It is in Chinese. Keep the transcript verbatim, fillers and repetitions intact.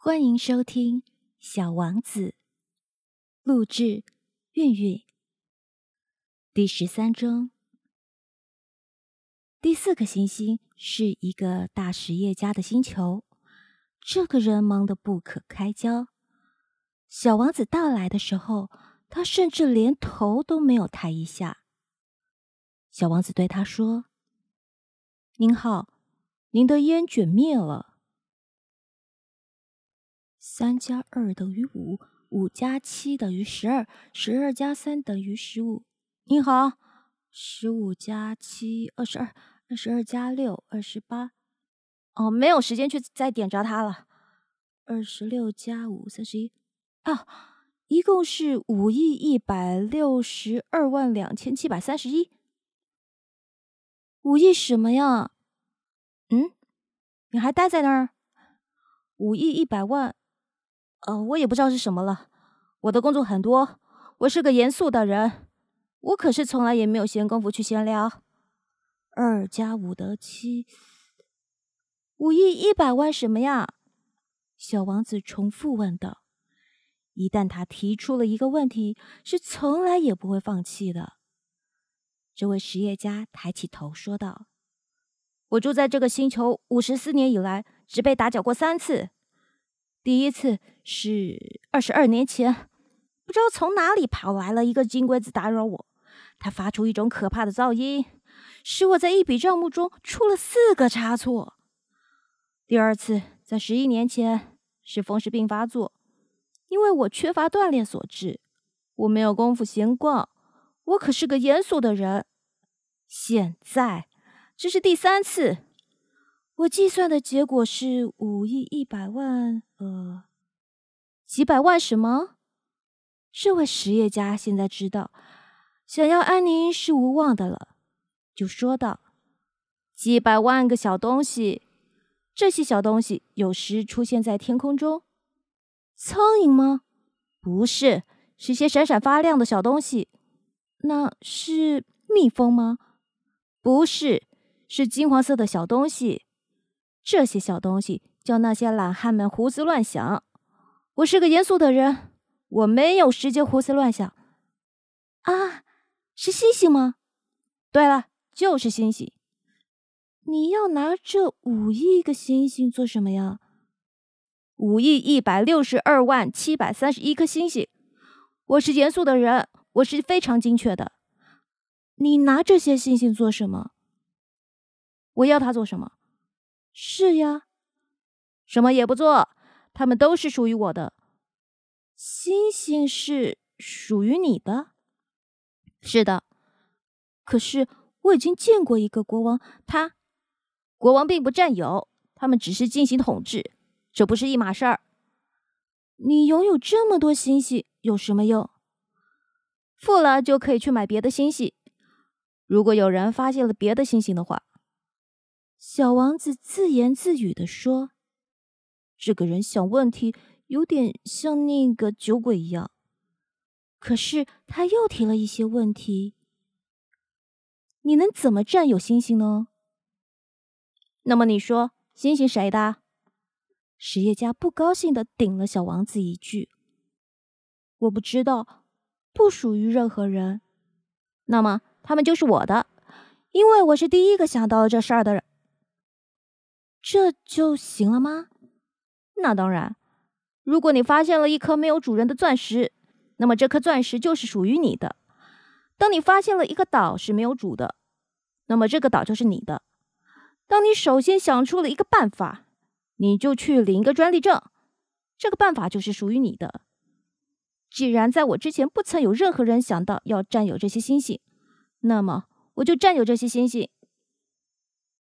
欢迎收听《小王子》，录制韵韵。第十三章。第四颗行星是一个大实业家的星球，这个人忙得不可开交。小王子到来的时候，他甚至连头都没有抬一下。小王子对他说：“您好，您的烟卷灭了。”三加二等于五，五加七等于十二，十二加三等于十五。你好，十五加七，二十二，二十二加六，二十八。哦，没有时间去再点着它了。二十六加五，三十一。啊，一共是五亿一百六十二万两千七百三十一。五亿什么呀？嗯，你还待在那儿？五亿一百万。呃，我也不知道是什么了。我的工作很多，我是个严肃的人，我可是从来也没有闲工夫去闲聊。二加五得七，五亿一百万什么呀？小王子重复问道。一旦他提出了一个问题，是从来也不会放弃的。这位实业家抬起头说道：“我住在这个星球五十四年以来，只被打搅过三次。第一次是二十二年前，不知道从哪里跑来了一个金龟子打扰我，它发出一种可怕的噪音，使我在一笔账目中出了四个差错。第二次在十一年前是风湿病发作，因为我缺乏锻炼所致，我没有功夫闲逛，我可是个严肃的人。现在这是第三次。我计算的结果是五亿一百万，呃，几百万什么？这位实业家现在知道，想要安宁是无望的了，就说道：“几百万个小东西，这些小东西有时出现在天空中。苍蝇吗？不是，是些闪闪发亮的小东西。那是蜜蜂吗？不是，是金黄色的小东西。这些小东西叫那些懒汉们胡思乱想。我是个严肃的人，我没有时间胡思乱想。啊，是星星吗？对了，就是星星。你要拿这五亿个星星做什么呀？五亿一百六十二万七百三十一颗星星。我是严肃的人，我是非常精确的。你拿这些星星做什么？我要它做什么？是呀，什么也不做，它们都是属于我的。星星是属于你的？是的。可是我已经见过一个国王，他……国王并不占有，他们只是进行统治，这不是一码事儿。你拥有这么多星星有什么用？富了就可以去买别的星星。如果有人发现了别的星星的话。小王子自言自语地说：“这个人想问题有点像那个酒鬼一样。”可是他又提了一些问题。你能怎么占有星星呢？那么你说，星星谁的？实业家不高兴地顶了小王子一句：“我不知道，不属于任何人。那么他们就是我的，因为我是第一个想到这事儿的人。”这就行了吗？那当然，如果你发现了一颗没有主人的钻石，那么这颗钻石就是属于你的。当你发现了一个岛是没有主的，那么这个岛就是你的。当你首先想出了一个办法，你就去领一个专利证，这个办法就是属于你的。既然在我之前不曾有任何人想到要占有这些星星，那么我就占有这些星星。